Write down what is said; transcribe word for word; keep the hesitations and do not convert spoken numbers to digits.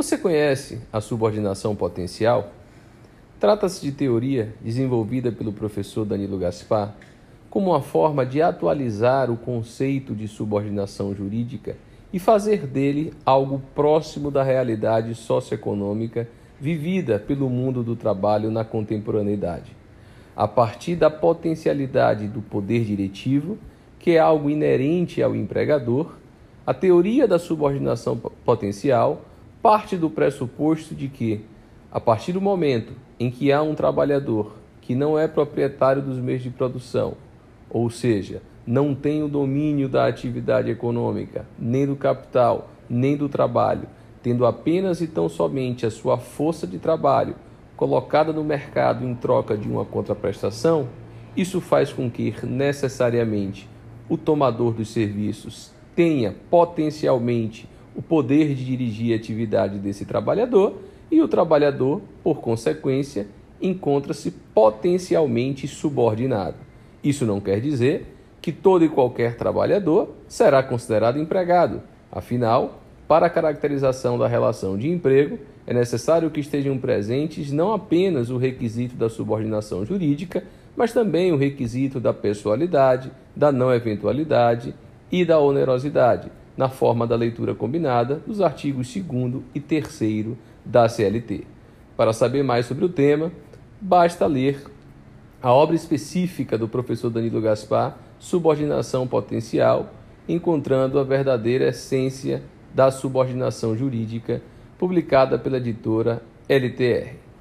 Você conhece a subordinação potencial? Trata-se de teoria desenvolvida pelo professor Danilo Gaspar como uma forma de atualizar o conceito de subordinação jurídica e fazer dele algo próximo da realidade socioeconômica vivida pelo mundo do trabalho na contemporaneidade, a partir da potencialidade do poder diretivo, que é algo inerente ao empregador. A teoria da subordinação potencial parte do pressuposto de que, a partir do momento em que há um trabalhador que não é proprietário dos meios de produção, ou seja, não tem o domínio da atividade econômica, nem do capital, nem do trabalho, tendo apenas e tão somente a sua força de trabalho colocada no mercado em troca de uma contraprestação, isso faz com que, necessariamente, o tomador dos serviços tenha potencialmente o poder de dirigir a atividade desse trabalhador e o trabalhador, por consequência, encontra-se potencialmente subordinado. Isso não quer dizer que todo e qualquer trabalhador será considerado empregado. Afinal, para a caracterização da relação de emprego, é necessário que estejam presentes não apenas o requisito da subordinação jurídica, mas também o requisito da pessoalidade, da não-eventualidade e da onerosidade, na forma da leitura combinada dos artigos segundo e terceiro da C L T. Para saber mais sobre o tema, basta ler a obra específica do professor Danilo Gaspar, Subordinação Potencial, encontrando a verdadeira essência da subordinação jurídica, publicada pela editora L T R.